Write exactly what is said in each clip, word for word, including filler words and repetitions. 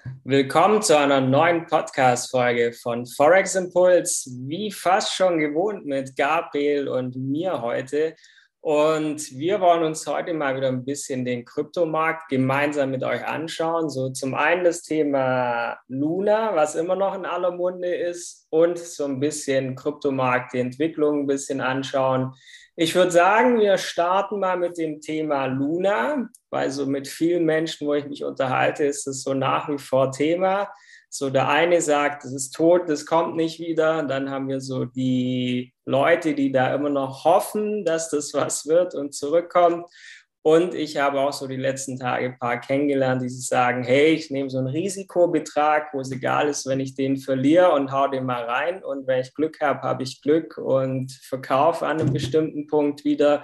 Willkommen zu einer neuen Podcast-Folge von Forex Impuls, wie fast schon gewohnt mit Gabriel und mir heute. Und wir wollen uns heute mal wieder ein bisschen den Kryptomarkt gemeinsam mit euch anschauen. So zum einen das Thema Luna, was immer noch in aller Munde ist, und so ein bisschen Kryptomarkt, die Entwicklung ein bisschen anschauen. Ich würde sagen, wir starten mal mit dem Thema Luna, weil so mit vielen Menschen, wo ich mich unterhalte, ist es so nach wie vor Thema. So der eine sagt, es ist tot, das kommt nicht wieder. Dann haben wir so die Leute, die da immer noch hoffen, dass das was wird und zurückkommt. Und ich habe auch so die letzten Tage ein paar kennengelernt, die sagen, hey, ich nehme so einen Risikobetrag, wo es egal ist, wenn ich den verliere und hau den mal rein. Und wenn ich Glück habe, habe ich Glück und verkaufe an einem bestimmten Punkt wieder.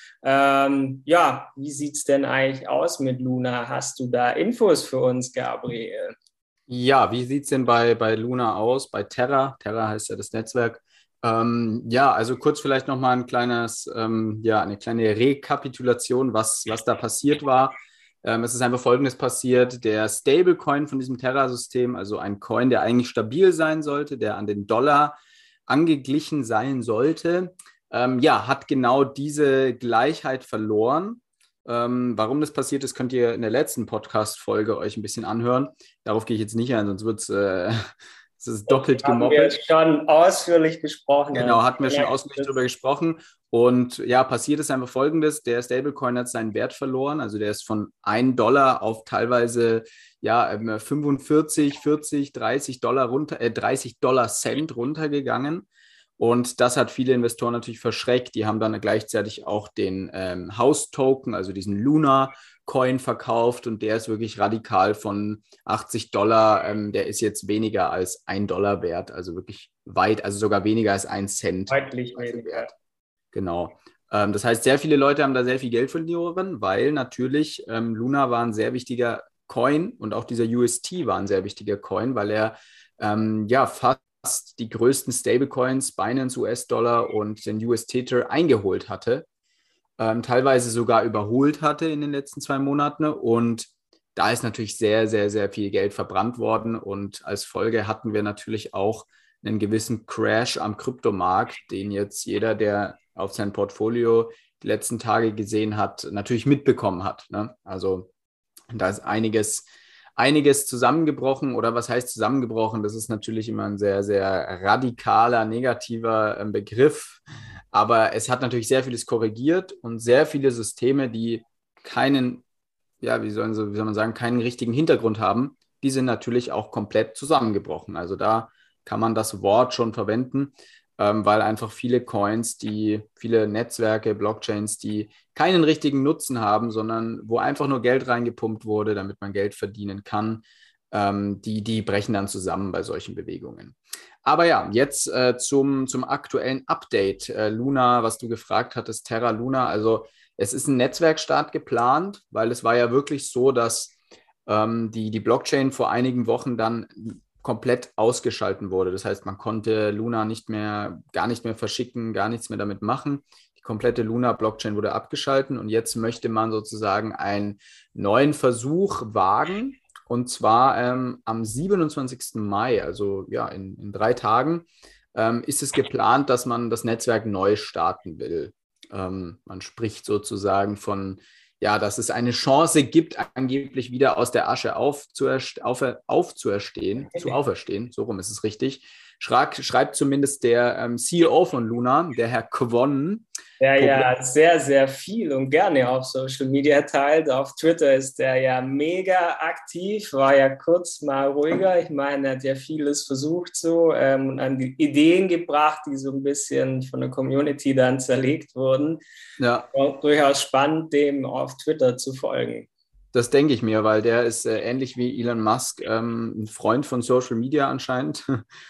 Ähm, ja, wie sieht es denn eigentlich aus mit Luna? Hast du da Infos für uns, Gabriel? Ja, wie sieht es denn bei, bei Luna aus? Bei Terra? Terra heißt ja das Netzwerk. Ähm, ja, also kurz vielleicht nochmal ein kleines, ähm, ja, eine kleine Rekapitulation, was, was da passiert war. Ähm, es ist einfach Folgendes passiert. Der Stablecoin von diesem Terra-System, also ein Coin, der eigentlich stabil sein sollte, der an den Dollar angeglichen sein sollte, ähm, ja, hat genau diese Gleichheit verloren. Ähm, warum das passiert ist, könnt ihr in der letzten Podcast-Folge euch ein bisschen anhören. Darauf gehe ich jetzt nicht ein, sonst wird es äh, doppelt Haben wir gemoppelt. schon ausführlich besprochen. Genau, Also, hatten wir schon ausführlich darüber gesprochen. Und ja, passiert ist einfach Folgendes: Der Stablecoin hat seinen Wert verloren. Also der ist von ein Dollar auf teilweise ja, fünfundvierzig, vierzig, dreißig Dollar runter, äh, dreißig Dollar Cent runtergegangen. Und das hat viele Investoren natürlich verschreckt. Die haben dann gleichzeitig auch den ähm, House-Token, also diesen Luna-Coin verkauft. Und der ist wirklich radikal von achtzig Dollar. Ähm, der ist jetzt weniger als ein Dollar wert. Also wirklich weit, also sogar weniger als ein Cent deutlich weniger. wert. Genau. Ähm, das heißt, sehr viele Leute haben da sehr viel Geld verloren, weil natürlich ähm, Luna war ein sehr wichtiger Coin und auch dieser U S T war ein sehr wichtiger Coin, weil er ähm, ja fast die größten Stablecoins, Binance U S-Dollar und den U S-Tether eingeholt hatte, ähm, teilweise sogar überholt hatte in den letzten zwei Monaten. Und da ist natürlich sehr, sehr, sehr viel Geld verbrannt worden. Und als Folge hatten wir natürlich auch einen gewissen Crash am Kryptomarkt, den jetzt jeder, der auf sein Portfolio die letzten Tage gesehen hat, natürlich mitbekommen hat. Ne? Also da ist einiges einiges zusammengebrochen, oder was heißt zusammengebrochen? Das ist natürlich immer ein sehr, sehr radikaler, negativer äh, Begriff, aber es hat natürlich sehr vieles korrigiert und sehr viele Systeme, die keinen, ja, wie sollen sie, wie soll man sagen, keinen richtigen Hintergrund haben, die sind natürlich auch komplett zusammengebrochen. Also da kann man das Wort schon verwenden, ähm, weil einfach viele Coins, die viele Netzwerke, Blockchains, die keinen richtigen Nutzen haben, sondern wo einfach nur Geld reingepumpt wurde, damit man Geld verdienen kann, ähm, die, die brechen dann zusammen bei solchen Bewegungen. Aber ja, jetzt äh, zum, zum aktuellen Update. Äh, Luna, was du gefragt hattest, Terra Luna, also es ist ein Netzwerkstart geplant, weil es war ja wirklich so, dass ähm, die, die Blockchain vor einigen Wochen dann komplett ausgeschalten wurde. Das heißt, man konnte Luna nicht mehr, gar nicht mehr verschicken, gar nichts mehr damit machen. Die komplette Luna-Blockchain wurde abgeschalten und jetzt möchte man sozusagen einen neuen Versuch wagen. Und zwar ähm, am siebenundzwanzigsten Mai, also ja, in, in drei Tagen, ähm, ist es geplant, dass man das Netzwerk neu starten will. Ähm, man spricht sozusagen von, ja, dass es eine Chance gibt, angeblich wieder aus der Asche aufzuerst auf, aufzuerstehen, zu auferstehen, so rum ist es richtig. Schrak, schreibt zumindest der ähm, C E O von Luna, der Herr Kwon. Der Problem ja sehr, sehr viel und gerne auf Social Media teilt. Auf Twitter ist der ja mega aktiv, war ja kurz mal ruhiger. Ich meine, er hat ja vieles versucht so ähm, und an die Ideen gebracht, die so ein bisschen von der Community dann zerlegt wurden. ja, War durchaus spannend, dem auf Twitter zu folgen. das denke ich mir, weil der ist äh, ähnlich wie Elon Musk ähm, ein Freund von Social Media anscheinend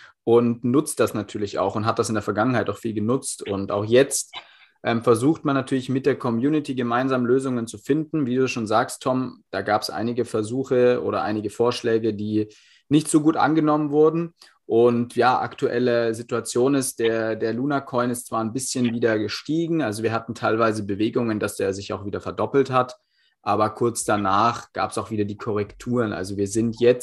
und nutzt das natürlich auch und hat das in der Vergangenheit auch viel genutzt. Und auch jetzt ähm, versucht man natürlich mit der Community gemeinsam Lösungen zu finden. Wie du schon sagst, Tom, da gab es einige Versuche oder einige Vorschläge, die nicht so gut angenommen wurden. Und ja, aktuelle Situation ist, der, der Luna Coin ist zwar ein bisschen wieder gestiegen, also wir hatten teilweise Bewegungen, dass der sich auch wieder verdoppelt hat. Aber kurz danach gab es auch wieder die Korrekturen. Also wir sind jetzt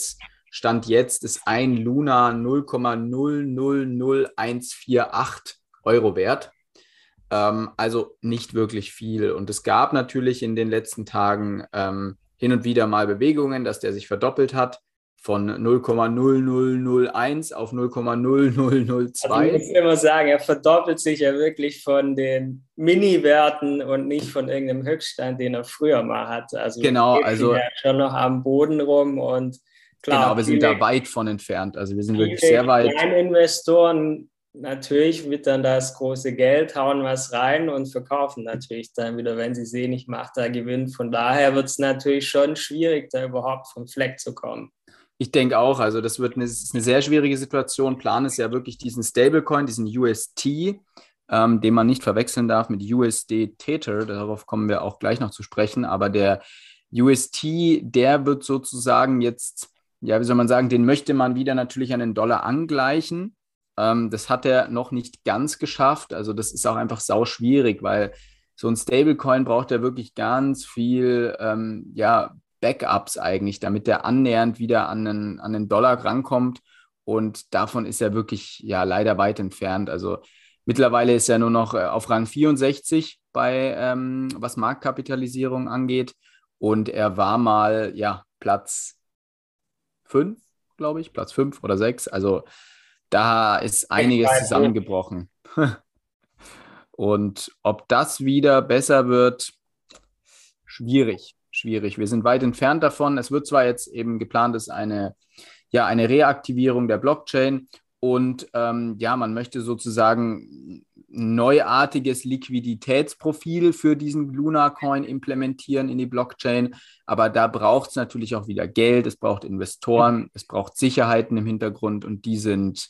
Stand jetzt ist ein Luna null Komma null null null eins vier acht Euro wert. Ähm, also nicht wirklich viel. Und es gab natürlich in den letzten Tagen ähm, hin und wieder mal Bewegungen, dass der sich verdoppelt hat von null Komma null null null eins auf null Komma null null null zwei. Also ich muss immer sagen, er verdoppelt sich ja wirklich von den Mini-Werten und nicht von irgendeinem Höchststand, den er früher mal hatte. Also Genau, wir stehen also ja schon noch am Boden rum und genau, klar, wir sind viele, da weit von entfernt. Also wir sind wirklich viele sehr weit. Kleininvestoren natürlich wird dann das große Geld, hauen was rein und verkaufen natürlich dann wieder, wenn sie sehen, ich mache da Gewinn. Von daher wird es natürlich schon schwierig, da überhaupt vom Fleck zu kommen. Ich denke auch, also das wird eine, ist eine sehr schwierige Situation. Plan ist ja wirklich diesen Stablecoin, diesen U S T, ähm, den man nicht verwechseln darf mit U S D Tether. Darauf kommen wir auch gleich noch zu sprechen. Aber der U S T, der wird sozusagen jetzt, ja, wie soll man sagen, den möchte man wieder natürlich an den Dollar angleichen. Ähm, das hat er noch nicht ganz geschafft. Also das ist auch einfach sau schwierig, weil so ein Stablecoin braucht ja wirklich ganz viel, ähm, ja, Backups eigentlich, damit der annähernd wieder an den, an den Dollar rankommt. Und davon ist er wirklich ja leider weit entfernt. Also mittlerweile ist er nur noch äh, auf Rang vierundsechzig bei, ähm, was Marktkapitalisierung angeht. Und er war mal, ja, Platz fünf, glaube ich, Platz fünf oder sechs. Also da ist einiges zusammengebrochen. Und ob das wieder besser wird, schwierig, schwierig. Wir sind weit entfernt davon. Es wird zwar jetzt eben geplant, ist eine, ja, eine Reaktivierung der Blockchain und ähm, ja, man möchte sozusagen ein neuartiges Liquiditätsprofil für diesen Luna Coin implementieren in die Blockchain. Aber da braucht es natürlich auch wieder Geld, es braucht Investoren, es braucht Sicherheiten im Hintergrund und die sind,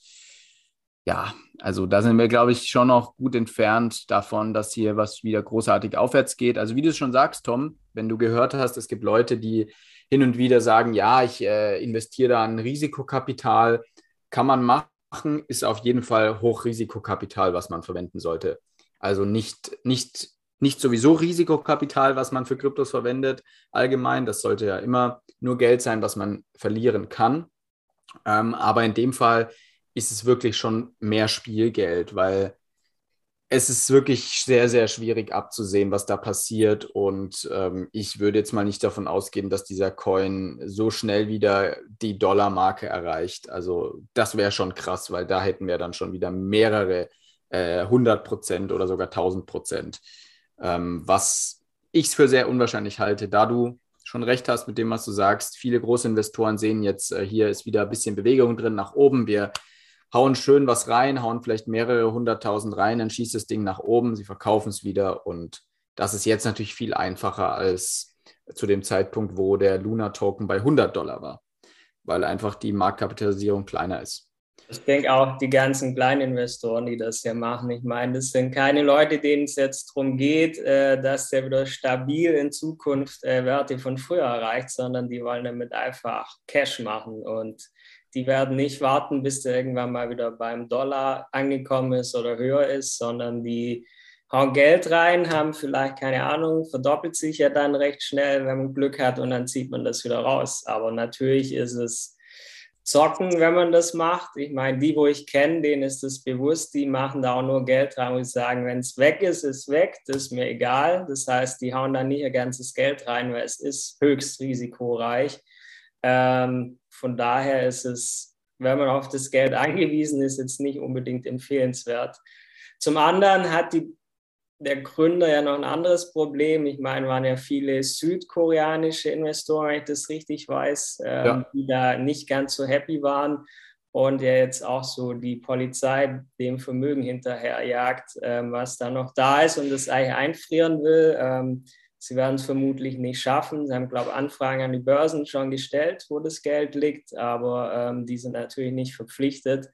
ja, also da sind wir, glaube ich, schon noch gut entfernt davon, dass hier was wieder großartig aufwärts geht. Also wie du es schon sagst, Tom, wenn du gehört hast, es gibt Leute, die hin und wieder sagen, ja, ich äh, investiere da ein Risikokapital, kann man machen, ist auf jeden Fall Hochrisikokapital, was man verwenden sollte. Also nicht, nicht, nicht sowieso Risikokapital, was man für Kryptos verwendet, allgemein. Das sollte ja immer nur Geld sein, was man verlieren kann. Ähm, aber in dem Fall ist es wirklich schon mehr Spielgeld, weil es ist wirklich sehr, sehr schwierig abzusehen, was da passiert. Und ähm, ich würde jetzt mal nicht davon ausgehen, dass dieser Coin so schnell wieder die Dollarmarke erreicht. Also das wäre schon krass, weil da hätten wir dann schon wieder mehrere äh, hundert Prozent oder sogar tausend Prozent. Ähm, was ich für sehr unwahrscheinlich halte, da du schon recht hast mit dem, was du sagst. Viele große Investoren sehen jetzt, äh, hier ist wieder ein bisschen Bewegung drin nach oben. Wir hauen schön was rein, hauen vielleicht mehrere hunderttausend rein, dann schießt das Ding nach oben, sie verkaufen es wieder und das ist jetzt natürlich viel einfacher als zu dem Zeitpunkt, wo der Luna-Token bei hundert Dollar war, weil einfach die Marktkapitalisierung kleiner ist. Ich denke auch die ganzen Kleininvestoren, die das ja machen. Ich meine, das sind keine Leute, denen es jetzt darum geht, dass der wieder stabil in Zukunft Werte von früher erreicht, sondern die wollen damit einfach Cash machen und die werden nicht warten, bis der irgendwann mal wieder beim Dollar angekommen ist oder höher ist, sondern die hauen Geld rein, haben vielleicht, keine Ahnung, verdoppelt sich ja dann recht schnell, wenn man Glück hat und dann zieht man das wieder raus. Aber natürlich ist es Zocken, wenn man das macht. Ich meine, die, wo ich kenne, denen ist das bewusst, die machen da auch nur Geld rein und sagen, wenn es weg ist, ist weg, das ist mir egal. Das heißt, die hauen da nicht ihr ganzes Geld rein, weil es ist höchst risikoreich. Ähm, von daher ist es, wenn man auf das Geld angewiesen ist, jetzt nicht unbedingt empfehlenswert. Zum anderen hat die, der Gründer ja noch ein anderes Problem. Ich meine, waren ja viele südkoreanische Investoren, wenn ich das richtig weiß, ähm, ja. die da nicht ganz so happy waren und ja jetzt auch so die Polizei dem Vermögen hinterherjagt, ähm, was da noch da ist und das eigentlich einfrieren will. Ähm, Sie werden es vermutlich nicht schaffen. Sie haben, glaube ich, Anfragen an die Börsen schon gestellt, wo das Geld liegt, aber ähm, die sind natürlich nicht verpflichtet.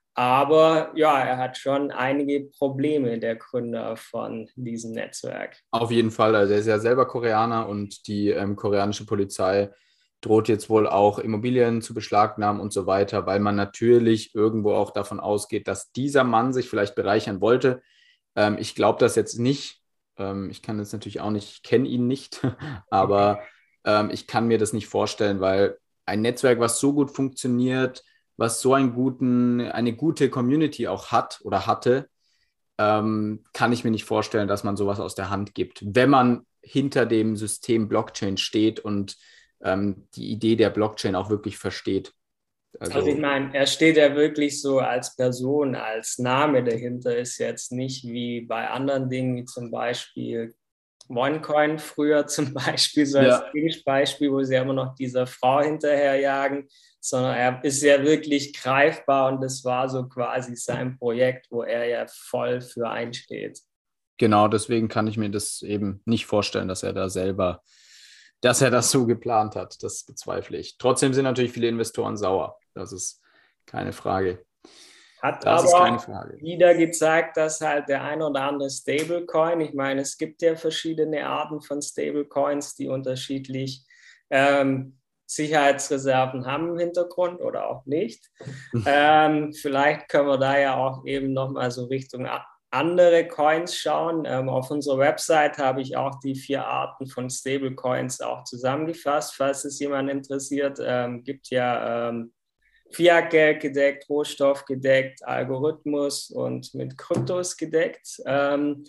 Aber ja, er hat schon einige Probleme, der Gründer von diesem Netzwerk. Auf jeden Fall. Also er ist ja selber Koreaner und die ähm, koreanische Polizei droht jetzt wohl auch Immobilien zu beschlagnahmen und so weiter, weil man natürlich irgendwo auch davon ausgeht, dass dieser Mann sich vielleicht bereichern wollte. Ähm, ich glaube das jetzt nicht. Ich kann das natürlich auch nicht, ich kenne ihn nicht, aber ähm, ich kann mir das nicht vorstellen, weil ein Netzwerk, was so gut funktioniert, was so einen guten, eine gute Community auch hat oder hatte, ähm, kann ich mir nicht vorstellen, dass man sowas aus der Hand gibt, wenn man hinter dem System Blockchain steht und ähm, die Idee der Blockchain auch wirklich versteht. Also, also ich meine, er steht ja wirklich so als Person, als Name dahinter, ist jetzt nicht wie bei anderen Dingen, wie zum Beispiel OneCoin früher zum Beispiel, so als ja. Beispiel, wo sie ja immer noch dieser Frau hinterherjagen, sondern er ist ja wirklich greifbar und das war so quasi sein Projekt, wo er ja voll für einsteht. Genau, deswegen kann ich mir das eben nicht vorstellen, dass er da selber, dass er das so geplant hat. Das bezweifle ich. Trotzdem sind natürlich viele Investoren sauer. Das ist keine Frage. Hat das aber keine Frage. Wieder gezeigt, dass halt der ein oder andere Stablecoin, ich meine, es gibt ja verschiedene Arten von Stablecoins, die unterschiedlich ähm, Sicherheitsreserven haben im Hintergrund oder auch nicht. ähm, vielleicht können wir da ja auch eben nochmal so Richtung andere Coins schauen. Ähm, auf unserer Website habe ich auch die vier Arten von Stablecoins auch zusammengefasst, falls es jemand interessiert. Ähm, gibt ja ähm, Fiat-Geld gedeckt, Rohstoff gedeckt, Algorithmus und mit Kryptos gedeckt. Ähm,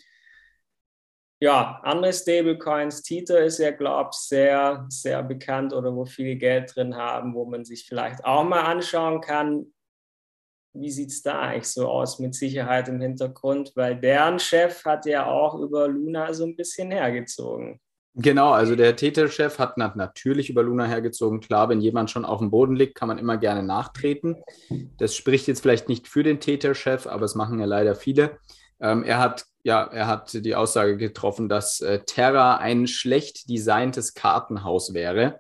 ja, andere Stablecoins, Tether ist ja, glaube ich, sehr, sehr bekannt oder wo viele Geld drin haben, wo man sich vielleicht auch mal anschauen kann. Wie sieht es da eigentlich so aus mit Sicherheit im Hintergrund? Weil deren Chef hat ja auch über Luna so ein bisschen hergezogen. Genau, also der Tether-Chef hat natürlich über Luna hergezogen. Klar, wenn jemand schon auf dem Boden liegt, kann man immer gerne nachtreten. Das spricht jetzt vielleicht nicht für den Tether-Chef, aber es machen ja leider viele. Ähm, er hat, ja, er hat die Aussage getroffen, dass äh, Terra ein schlecht designtes Kartenhaus wäre.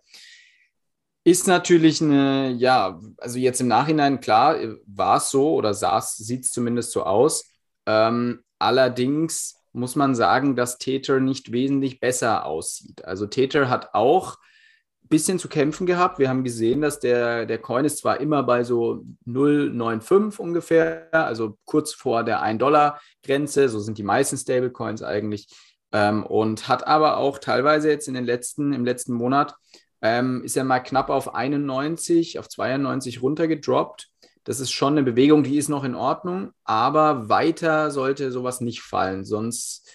Ist natürlich eine, ja, also jetzt im Nachhinein, klar, war es so oder sieht es zumindest so aus. Ähm, allerdings muss man sagen, dass Tether nicht wesentlich besser aussieht. Also Tether hat auch ein bisschen zu kämpfen gehabt. Wir haben gesehen, dass der, der Coin ist zwar immer bei so null Komma fünfundneunzig ungefähr, also kurz vor der ein Dollar Grenze, so sind die meisten Stablecoins eigentlich, ähm, und hat aber auch teilweise jetzt in den letzten, im letzten Monat, ähm, ist er mal knapp auf einundneunzig, auf zweiundneunzig runtergedroppt. Das ist schon eine Bewegung, die ist noch in Ordnung, aber weiter sollte sowas nicht fallen, sonst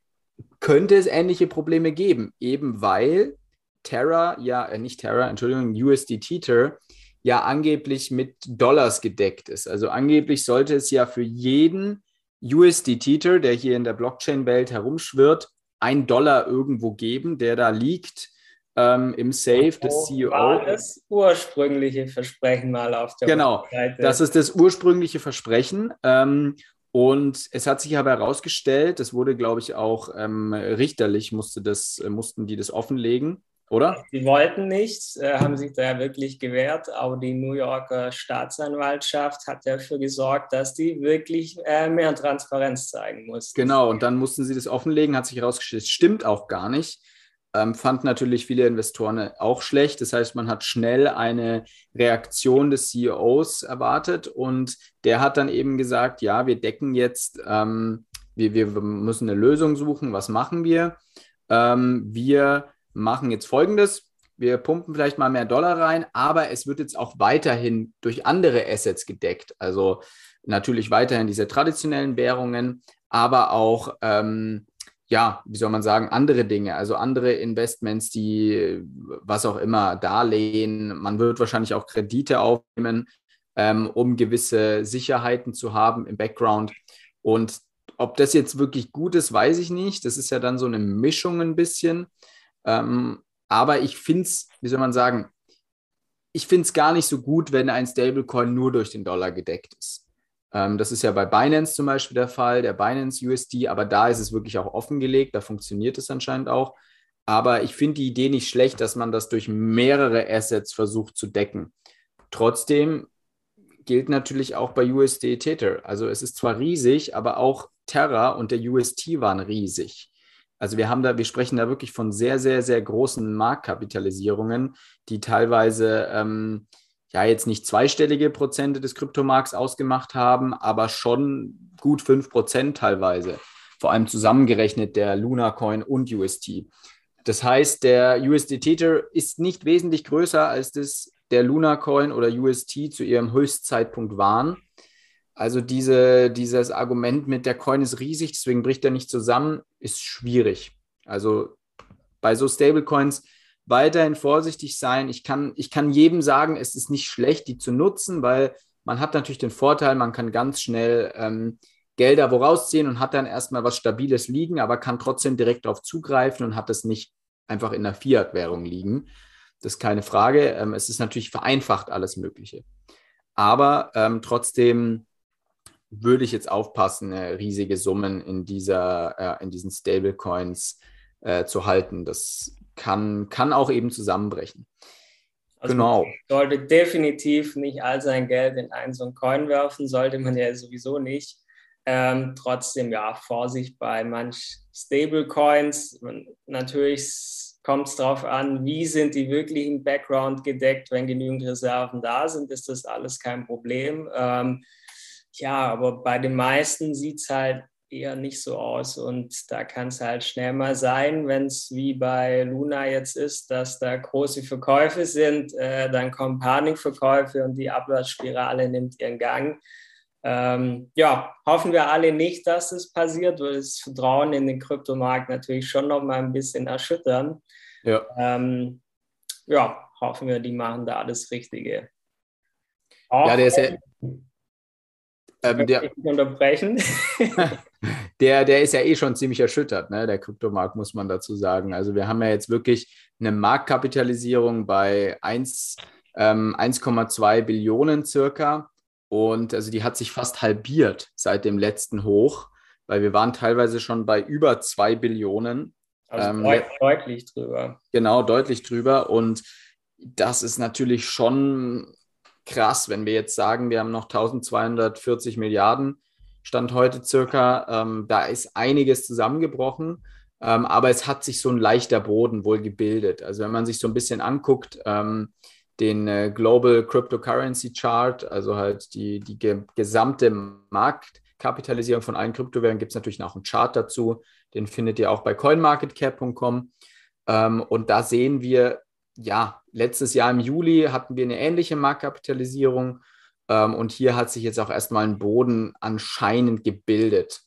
könnte es ähnliche Probleme geben, eben weil Terra, ja, äh, nicht Terra, Entschuldigung, U S D Tether ja angeblich mit Dollars gedeckt ist. Also angeblich sollte es ja für jeden U S D Tether, der hier in der Blockchain-Welt herumschwirrt, ein Dollar irgendwo geben, der da liegt. Ähm, im Safe des C E O. War das ursprüngliche Versprechen mal auf der Genau, Seite. Das ist das ursprüngliche Versprechen. Ähm, und es hat sich aber herausgestellt, das wurde, glaube ich, auch ähm, richterlich, musste das, mussten die das offenlegen, oder? Die wollten nicht, äh, haben sich da ja wirklich gewehrt, aber die New Yorker Staatsanwaltschaft hat dafür gesorgt, dass die wirklich äh, mehr Transparenz zeigen mussten. Genau, und dann mussten sie das offenlegen, hat sich herausgestellt, es stimmt auch gar nicht. Ähm, fand natürlich viele Investoren auch schlecht. Das heißt, man hat schnell eine Reaktion des C E Os erwartet und der hat dann eben gesagt, ja, wir decken jetzt, ähm, wir, wir müssen eine Lösung suchen. Was machen wir? Ähm, wir machen jetzt Folgendes. Wir pumpen vielleicht mal mehr Dollar rein, aber es wird jetzt auch weiterhin durch andere Assets gedeckt. Also natürlich weiterhin diese traditionellen Währungen, aber auch ähm, ja, wie soll man sagen, andere Dinge, also andere Investments, die, was auch immer, Darlehen, man wird wahrscheinlich auch Kredite aufnehmen, ähm, um gewisse Sicherheiten zu haben im Background. Und ob das jetzt wirklich gut ist, weiß ich nicht. Das ist ja dann so eine Mischung ein bisschen. Ähm, aber ich finde es, wie soll man sagen, ich finde es gar nicht so gut, wenn ein Stablecoin nur durch den Dollar gedeckt ist. Das ist ja bei Binance zum Beispiel der Fall, der Binance U S D, aber da ist es wirklich auch offengelegt, da funktioniert es anscheinend auch. Aber ich finde die Idee nicht schlecht, dass man das durch mehrere Assets versucht zu decken. Trotzdem gilt natürlich auch bei U S D Tether. Also es ist zwar riesig, aber auch Terra und der U S T waren riesig. Also wir haben da, wir sprechen da wirklich von sehr, sehr, sehr großen Marktkapitalisierungen, die teilweise ähm, ja jetzt nicht zweistellige Prozente des Kryptomarkts ausgemacht haben, aber schon gut fünf Prozent teilweise, vor allem zusammengerechnet der Luna Coin und U S T. Das heißt, der U S D Tether ist nicht wesentlich größer als das der Luna Coin oder U S T zu ihrem Höchstzeitpunkt waren. Also diese, dieses Argument mit der Coin ist riesig, deswegen bricht er nicht zusammen, ist schwierig. Also bei so Stablecoins weiterhin vorsichtig sein. Ich kann, ich kann jedem sagen, es ist nicht schlecht, die zu nutzen, weil man hat natürlich den Vorteil, man kann ganz schnell ähm, Gelder worausziehen und hat dann erstmal was Stabiles liegen, aber kann trotzdem direkt darauf zugreifen und hat es nicht einfach in der Fiat-Währung liegen. Das ist keine Frage. Ähm, es ist natürlich vereinfacht alles Mögliche. Aber ähm, trotzdem würde ich jetzt aufpassen, äh, riesige Summen in, dieser, äh, in diesen Stablecoins äh, zu halten. Das kann, kann auch eben zusammenbrechen. Also genau. Man sollte definitiv nicht all sein Geld in einen so einen Coin werfen, sollte man ja sowieso nicht. Ähm, trotzdem, ja, Vorsicht bei manch Stablecoins. Natürlich kommt es darauf an, wie sind die wirklich im Background gedeckt. Wenn genügend Reserven da sind, ist das alles kein Problem. Ähm, ja, aber bei den meisten sieht es halt eher nicht so aus. Und da kann es halt schnell mal sein, wenn es wie bei Luna jetzt ist, dass da große Verkäufe sind, äh, dann kommen Panikverkäufe und die Abwärtsspirale nimmt ihren Gang. Ähm, ja, hoffen wir alle nicht, dass es passiert, weil das Vertrauen in den Kryptomarkt natürlich schon noch mal ein bisschen erschüttern. Ja, ähm, ja hoffen wir, die machen da alles Richtige. Auch ja der ist ja... Ähm, der, unterbrechen. der, der ist ja eh schon ziemlich erschüttert, ne? Der Kryptomarkt, muss man dazu sagen. Also wir haben ja jetzt wirklich eine Marktkapitalisierung bei eins Komma zwei Billionen circa. Und also die hat sich fast halbiert seit dem letzten Hoch, weil wir waren teilweise schon bei über zwei Billionen. Also ähm, deut deutlich drüber. Genau, deutlich drüber. Und das ist natürlich schon krass, wenn wir jetzt sagen, wir haben noch eintausendzweihundertvierzig Milliarden, Stand heute circa. Ähm, da ist einiges zusammengebrochen, ähm, aber es hat sich so ein leichter Boden wohl gebildet. Also wenn man sich so ein bisschen anguckt, ähm, den äh, Global Cryptocurrency Chart, also halt die, die ge gesamte Marktkapitalisierung von allen Kryptowährungen, gibt es natürlich auch einen Chart dazu. Den findet ihr auch bei coin market cap punkt com. Ähm, und da sehen wir, ja, letztes Jahr im Juli hatten wir eine ähnliche Marktkapitalisierung. Ähm, und hier hat sich jetzt auch erstmal ein Boden anscheinend gebildet.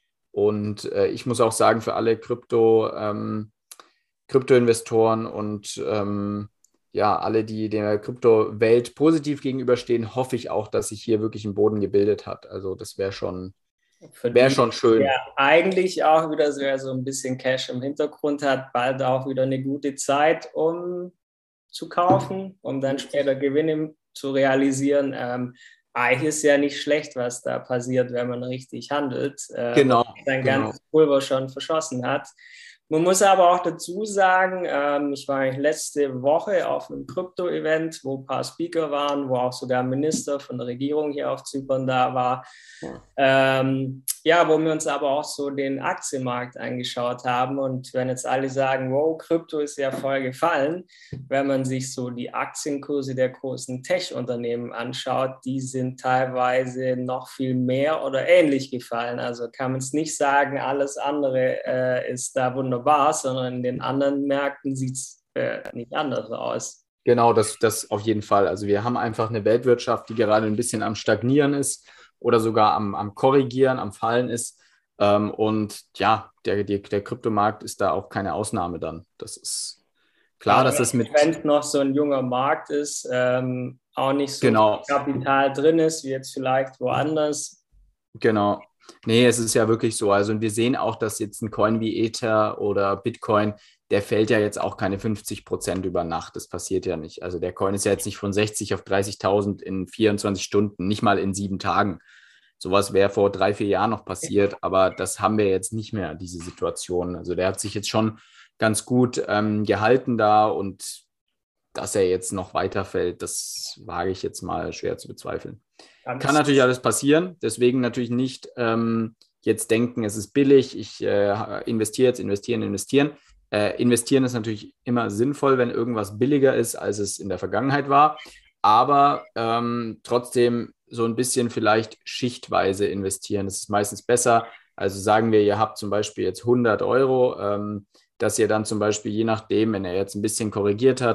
Und äh, ich muss auch sagen, für alle Krypto, ähm, Kryptoinvestoren und ähm, ja, alle, die der Kryptowelt positiv gegenüberstehen, hoffe ich auch, dass sich hier wirklich ein Boden gebildet hat. Also das wäre schon, wär schon schön. Ja, eigentlich auch wieder so, so ein bisschen Cash im Hintergrund hat, bald auch wieder eine gute Zeit, um zu kaufen, um dann später Gewinne zu realisieren. Ähm, eigentlich ist ja nicht schlecht, was da passiert, wenn man richtig handelt, äh, genau, und sein genau. ganzes Pulver schon verschossen hat. Man muss aber auch dazu sagen, ähm, ich war letzte Woche auf einem Krypto-Event, wo ein paar Speaker waren, wo auch sogar ein Minister von der Regierung hier auf Zypern da war. Ja. Ähm, ja, wo wir uns aber auch so den Aktienmarkt angeschaut haben. Und wenn jetzt alle sagen, wow, Krypto ist ja voll gefallen, wenn man sich so die Aktienkurse der großen Tech-Unternehmen anschaut, die sind teilweise noch viel mehr oder ähnlich gefallen. Also kann man es nicht sagen, alles andere äh, ist da wunderbar, sondern in den anderen Märkten sieht es äh, nicht anders aus. Genau, das, das auf jeden Fall. Also wir haben einfach eine Weltwirtschaft, die gerade ein bisschen am Stagnieren ist oder sogar am, am Korrigieren, am Fallen ist. Ähm, und ja, der, der, der Kryptomarkt ist da auch keine Ausnahme dann. Das ist klar, aber dass das mit... Wenn es noch so ein junger Markt ist, ähm, auch nicht so genau. viel Kapital drin ist, wie jetzt vielleicht woanders. Genau. Nee, es ist ja wirklich so. Also und wir sehen auch, dass jetzt ein Coin wie Ether oder Bitcoin, der fällt ja jetzt auch keine fünfzig Prozent über Nacht. Das passiert ja nicht. Also der Coin ist ja jetzt nicht von sechzig auf dreißigtausend in vierundzwanzig Stunden, nicht mal in sieben Tagen. Sowas wäre vor drei, vier Jahren noch passiert, aber das haben wir jetzt nicht mehr, diese Situation. Also der hat sich jetzt schon ganz gut ähm, gehalten da und dass er jetzt noch weiterfällt, das wage ich jetzt mal schwer zu bezweifeln. Ganz Kann natürlich alles passieren, deswegen natürlich nicht ähm, jetzt denken, es ist billig, ich äh, investiere jetzt, investieren, investieren. Äh, investieren ist natürlich immer sinnvoll, wenn irgendwas billiger ist, als es in der Vergangenheit war, aber ähm, trotzdem so ein bisschen vielleicht schichtweise investieren. Das ist meistens besser. Also sagen wir, ihr habt zum Beispiel jetzt hundert Euro, ähm, dass ihr dann zum Beispiel, je nachdem, wenn er jetzt ein bisschen korrigiert hat,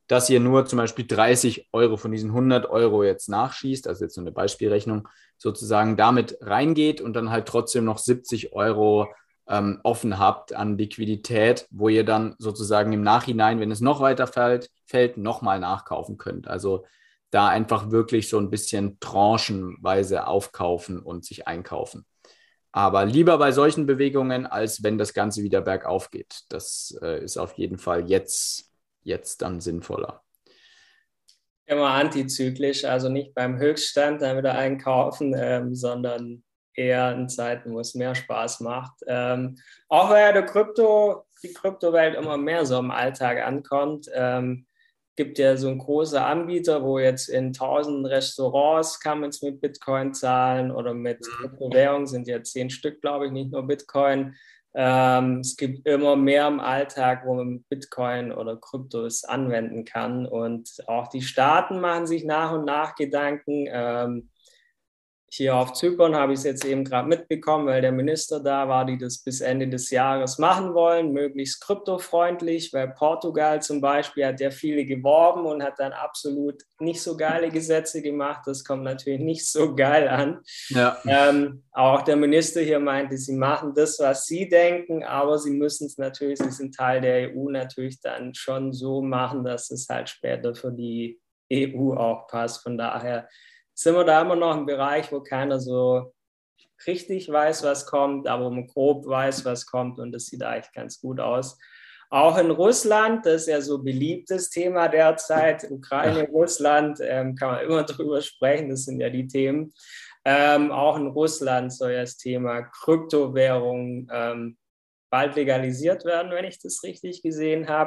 dass ihr nur zum Beispiel dreißig Euro von diesen hundert Euro jetzt nachschießt, also jetzt so eine Beispielrechnung, sozusagen damit reingeht und dann halt trotzdem noch siebzig Euro ähm, offen habt an Liquidität, wo ihr dann sozusagen im Nachhinein, wenn es noch weiter fällt, fällt nochmal nachkaufen könnt. Also da einfach wirklich so ein bisschen tranchenweise aufkaufen und sich einkaufen. Aber lieber bei solchen Bewegungen, als wenn das Ganze wieder bergauf geht. Das äh, ist auf jeden Fall jetzt, jetzt dann sinnvoller. Immer antizyklisch, also nicht beim Höchststand dann wieder einkaufen, ähm, sondern eher in Zeiten, wo es mehr Spaß macht. Ähm, auch weil ja der Krypto, die Kryptowelt immer mehr so im Alltag ankommt. Ähm, gibt ja so einen großen Anbieter, wo jetzt in tausend Restaurants kann man es mit Bitcoin zahlen oder mit Kryptowährungen, sind ja zehn Stück, glaube ich, nicht nur Bitcoin. Ähm, es gibt immer mehr im Alltag, wo man Bitcoin oder Kryptos anwenden kann. Und auch die Staaten machen sich nach und nach Gedanken. Ähm, Hier auf Zypern habe ich es jetzt eben gerade mitbekommen, weil der Minister da war, die das bis Ende des Jahres machen wollen, möglichst kryptofreundlich, weil Portugal zum Beispiel hat ja viele geworben und hat dann absolut nicht so geile Gesetze gemacht. Das kommt natürlich nicht so geil an. Ja. Ähm, auch der Minister hier meinte, sie machen das, was sie denken, aber sie müssen es natürlich, sie sind Teil der E U, natürlich dann schon so machen, dass es halt später für die E U auch passt. Von daher sind wir da immer noch im Bereich, wo keiner so richtig weiß, was kommt, aber man grob weiß, was kommt und das sieht eigentlich ganz gut aus. Auch in Russland, das ist ja so ein beliebtes Thema derzeit, Ukraine, ja. Russland, ähm, kann man immer drüber sprechen, das sind ja die Themen. Ähm, auch in Russland soll ja das Thema Kryptowährung ähm, bald legalisiert werden, wenn ich das richtig gesehen habe.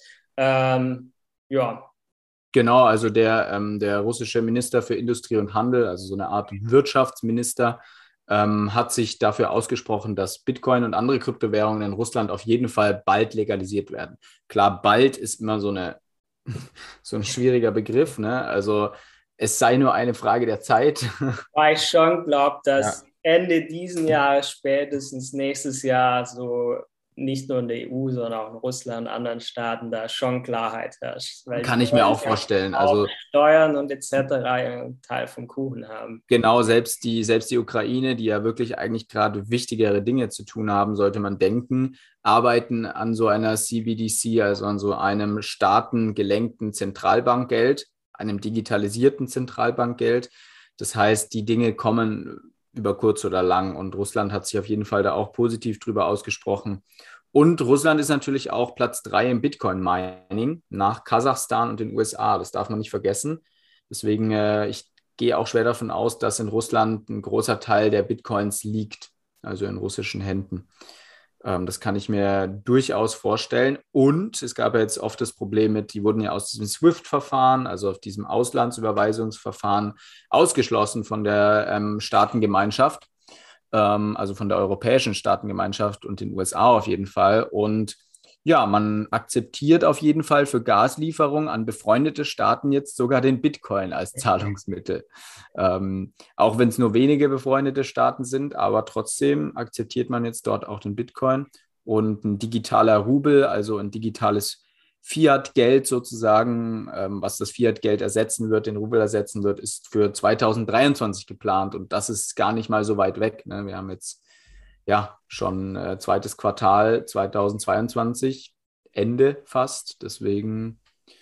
Ähm, ja, Genau, also der, ähm, der russische Minister für Industrie und Handel, also so eine Art Wirtschaftsminister, ähm, hat sich dafür ausgesprochen, dass Bitcoin und andere Kryptowährungen in Russland auf jeden Fall bald legalisiert werden. Klar, bald ist immer so, eine, so ein schwieriger Begriff, ne? Also es sei nur eine Frage der Zeit. Weil ich schon glaube, dass ja. Ende diesen Jahres, spätestens nächstes Jahr, so nicht nur in der E U, sondern auch in Russland und anderen Staaten da schon Klarheit herrscht. Weil Kann ich mir auch vorstellen. Auch also Steuern und et cetera einen Teil vom Kuchen haben. Genau, selbst die, selbst die Ukraine, die ja wirklich eigentlich gerade wichtigere Dinge zu tun haben, sollte man denken, arbeiten an so einer C B D C, also an so einem staatengelenkten Zentralbankgeld, einem digitalisierten Zentralbankgeld. Das heißt, die Dinge kommen über kurz oder lang und Russland hat sich auf jeden Fall da auch positiv drüber ausgesprochen. Und Russland ist natürlich auch Platz drei im Bitcoin-Mining nach Kasachstan und den U S A. Das darf man nicht vergessen. Deswegen, äh, ich gehe auch schwer davon aus, dass in Russland ein großer Teil der Bitcoins liegt, also in russischen Händen. Ähm, das kann ich mir durchaus vorstellen. Und es gab ja jetzt oft das Problem mit, die wurden ja aus diesem SWIFT-Verfahren, also auf diesem Auslandsüberweisungsverfahren, ausgeschlossen von der ähm, Staatengemeinschaft, ähm, also von der europäischen Staatengemeinschaft und den U S A auf jeden Fall. Und ja, man akzeptiert auf jeden Fall für Gaslieferungen an befreundete Staaten jetzt sogar den Bitcoin als Zahlungsmittel. Ähm, auch wenn es nur wenige befreundete Staaten sind, aber trotzdem akzeptiert man jetzt dort auch den Bitcoin. Und ein digitaler Rubel, also ein digitales Fiat-Geld sozusagen, ähm, was das Fiat-Geld ersetzen wird, den Rubel ersetzen wird, ist für zweitausenddreiundzwanzig geplant. Und das ist gar nicht mal so weit weg. Ne? Wir haben jetzt ja, schon äh, zweites Quartal zweitausendzweiundzwanzig, Ende fast. Deswegen,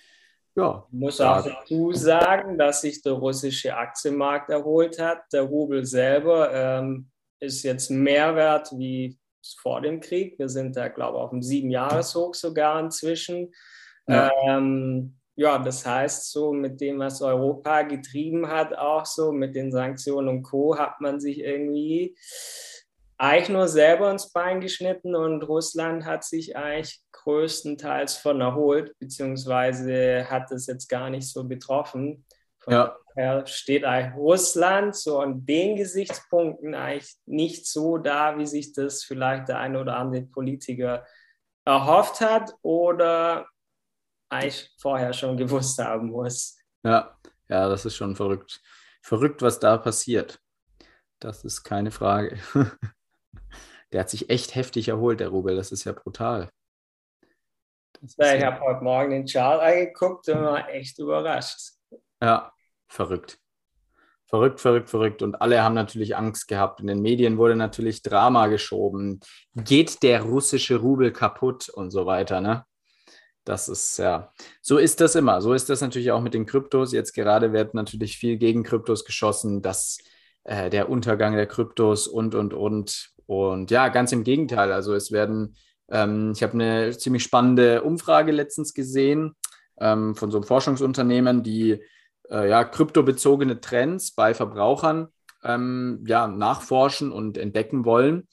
ja. Ich muss auch dazu sagen, dass sich der russische Aktienmarkt erholt hat. Der Rubel selber ähm, ist jetzt mehr wert wie vor dem Krieg. Wir sind da, glaube ich, auf einem Siebenjahreshoch sogar inzwischen. Ja. Ähm, ja, das heißt, so mit dem, was Europa getrieben hat, auch so mit den Sanktionen und Co., hat man sich irgendwie eigentlich nur selber ins Bein geschnitten und Russland hat sich eigentlich größtenteils von erholt, beziehungsweise hat es jetzt gar nicht so betroffen. Von ja. daher steht eigentlich Russland so an den Gesichtspunkten eigentlich nicht so da, wie sich das vielleicht der eine oder andere Politiker erhofft hat oder eigentlich vorher schon gewusst haben muss. Ja, ja, das ist schon verrückt. Verrückt, was da passiert. Das ist keine Frage. Der hat sich echt heftig erholt, der Rubel. Das ist ja brutal. Ich habe heute Morgen den Chart angeguckt und war echt überrascht. Ja, verrückt. Verrückt, verrückt, verrückt. Und alle haben natürlich Angst gehabt. In den Medien wurde natürlich Drama geschoben. Geht der russische Rubel kaputt und so weiter, ne? Das ist, ja, so ist das immer. So ist das natürlich auch mit den Kryptos. Jetzt gerade wird natürlich viel gegen Kryptos geschossen, dass äh, der Untergang der Kryptos und, und, und. Und ja, ganz im Gegenteil. Also es werden, ähm, ich habe eine ziemlich spannende Umfrage letztens gesehen ähm, von so einem Forschungsunternehmen, die äh, ja, kryptobezogene Trends bei Verbrauchern ähm, ja, nachforschen und entdecken wollen.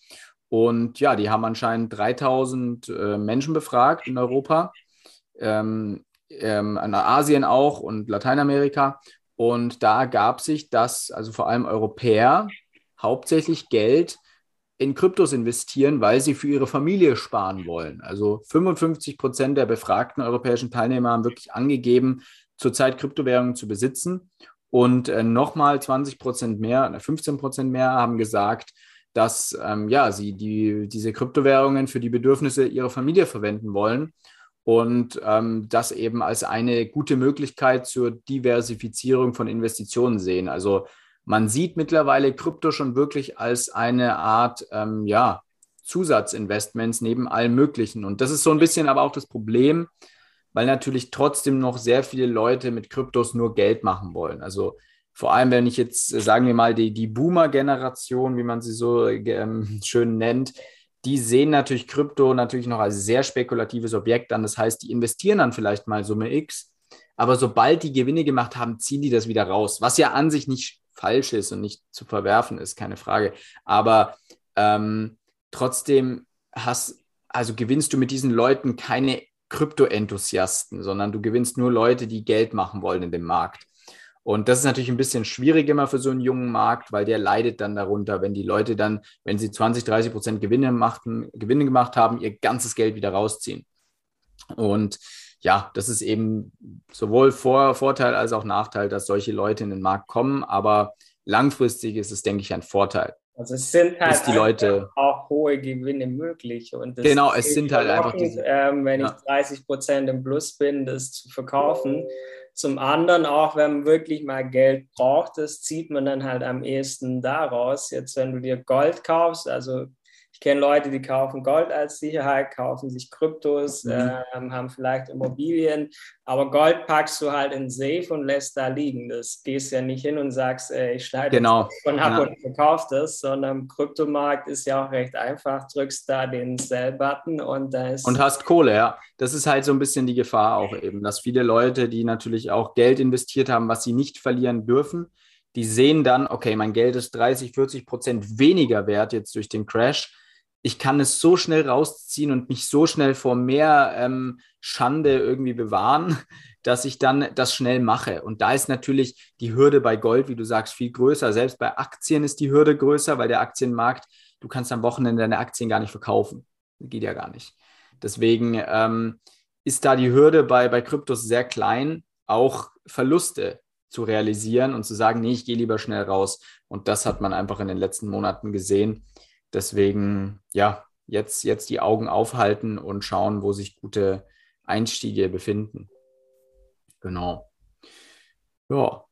Und ja, die haben anscheinend dreitausend äh, Menschen befragt in Europa. Ähm, ähm, in Asien auch und Lateinamerika. Und da gab sich, dass also vor allem Europäer hauptsächlich Geld in Kryptos investieren, weil sie für ihre Familie sparen wollen. Also fünfundfünfzig Prozent der befragten europäischen Teilnehmer haben wirklich angegeben, zurzeit Kryptowährungen zu besitzen. Und äh, nochmal zwanzig Prozent mehr, fünfzehn Prozent mehr haben gesagt, dass ähm, ja, sie die, diese Kryptowährungen für die Bedürfnisse ihrer Familie verwenden wollen. Und ähm, das eben als eine gute Möglichkeit zur Diversifizierung von Investitionen sehen. Also man sieht mittlerweile Krypto schon wirklich als eine Art ähm, ja, Zusatzinvestments neben allem Möglichen. Und das ist so ein bisschen aber auch das Problem, weil natürlich trotzdem noch sehr viele Leute mit Kryptos nur Geld machen wollen. Also vor allem, wenn ich jetzt, sagen wir mal, die, die Boomer-Generation, wie man sie so ähm, schön nennt, die sehen natürlich Krypto natürlich noch als sehr spekulatives Objekt an. Das heißt, die investieren dann vielleicht mal Summe X, aber sobald die Gewinne gemacht haben, ziehen die das wieder raus, was ja an sich nicht falsch ist und nicht zu verwerfen ist, keine Frage. Aber ähm, trotzdem hast, also gewinnst du mit diesen Leuten keine Krypto-Enthusiasten, sondern du gewinnst nur Leute, die Geld machen wollen in dem Markt. Und das ist natürlich ein bisschen schwierig immer für so einen jungen Markt, weil der leidet dann darunter, wenn die Leute dann, wenn sie zwanzig, dreißig Prozent Gewinne, machten, Gewinne gemacht haben, ihr ganzes Geld wieder rausziehen. Und ja, das ist eben sowohl Vor- Vorteil als auch Nachteil, dass solche Leute in den Markt kommen. Aber langfristig ist es, denke ich, ein Vorteil. Also es sind halt die Leute auch hohe Gewinne möglich. Und das genau, ist es sind halt einfach diese, ähm, wenn ja. ich dreißig Prozent im Plus bin, das zu verkaufen. Zum anderen auch, wenn man wirklich mal Geld braucht, das zieht man dann halt am ehesten daraus. Jetzt, wenn du dir Gold kaufst, also ich kenne Leute, die kaufen Gold als Sicherheit, kaufen sich Kryptos, mhm. ähm, haben vielleicht Immobilien, aber Gold packst du halt in Safe und lässt da liegen. Das gehst ja nicht hin und sagst, äh, ich schneide genau. von ab ja. und verkauf das, sondern im Kryptomarkt ist ja auch recht einfach, drückst da den Sell-Button und da ist... Und hast Kohle, ja. Das ist halt so ein bisschen die Gefahr auch eben, dass viele Leute, die natürlich auch Geld investiert haben, was sie nicht verlieren dürfen, die sehen dann, okay, mein Geld ist dreißig, vierzig Prozent weniger wert jetzt durch den Crash. Ich kann es so schnell rausziehen und mich so schnell vor mehr ähm, Schande irgendwie bewahren, dass ich dann das schnell mache. Und da ist natürlich die Hürde bei Gold, wie du sagst, viel größer. Selbst bei Aktien ist die Hürde größer, weil der Aktienmarkt, du kannst am Wochenende deine Aktien gar nicht verkaufen. Geht ja gar nicht. Deswegen ähm, ist da die Hürde bei, bei Kryptos sehr klein, auch Verluste zu realisieren und zu sagen, nee, ich gehe lieber schnell raus. Und das hat man einfach in den letzten Monaten gesehen. Deswegen, ja, jetzt, jetzt die Augen aufhalten und schauen, wo sich gute Einstiege befinden. Genau. Ja.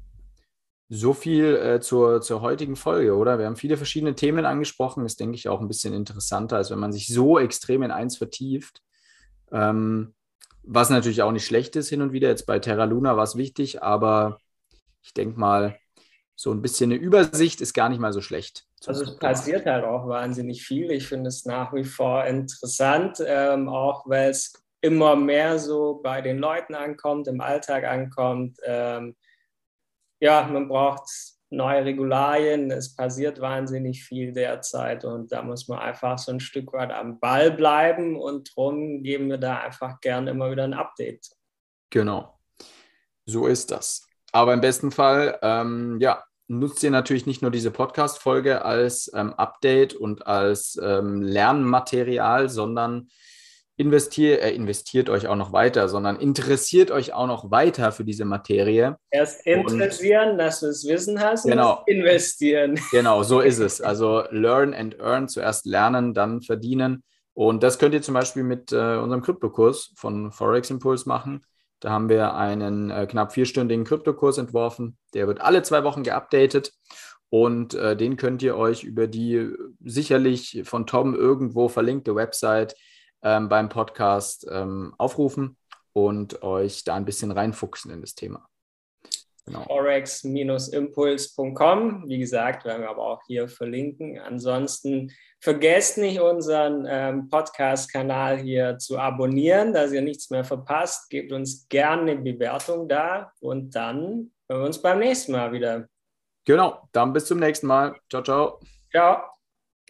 So viel äh, zur, zur heutigen Folge, oder? Wir haben viele verschiedene Themen angesprochen. Ist, denke ich, auch ein bisschen interessanter, als wenn man sich so extrem in eins vertieft. Ähm, was natürlich auch nicht schlecht ist hin und wieder. Jetzt bei Terra Luna war es wichtig, aber ich denke mal, so ein bisschen eine Übersicht ist gar nicht mal so schlecht. Also es passiert halt auch wahnsinnig viel. Ich finde es nach wie vor interessant, ähm, auch weil es immer mehr so bei den Leuten ankommt, im Alltag ankommt. Ähm, ja, man braucht neue Regularien, es passiert wahnsinnig viel derzeit und da muss man einfach so ein Stück weit am Ball bleiben und darum geben wir da einfach gern immer wieder ein Update. Genau, so ist das. Aber im besten Fall, ähm, ja, nutzt ihr natürlich nicht nur diese Podcast-Folge als ähm, Update und als ähm, Lernmaterial, sondern investiert, äh, investiert euch auch noch weiter, sondern interessiert euch auch noch weiter für diese Materie. Erst interessieren, und, dass du es wissen hast und genau, investieren. Genau, so ist es. Also learn and earn, zuerst lernen, dann verdienen. Und das könnt ihr zum Beispiel mit äh, unserem Kryptokurs von Forex Impulse machen. Da haben wir einen äh, knapp vierstündigen Kryptokurs entworfen. Der wird alle zwei Wochen geupdatet. Und äh, den könnt ihr euch über die sicherlich von Tom irgendwo verlinkte Website ähm, beim Podcast ähm, aufrufen und euch da ein bisschen reinfuchsen in das Thema. Genau. forex impuls punkt com. Wie gesagt, werden wir aber auch hier verlinken. Ansonsten vergesst nicht, unseren ähm, Podcast-Kanal hier zu abonnieren, dass ihr nichts mehr verpasst. Gebt uns gerne eine Bewertung da und dann hören wir uns beim nächsten Mal wieder. Genau, dann bis zum nächsten Mal. Ciao, ciao. Ciao.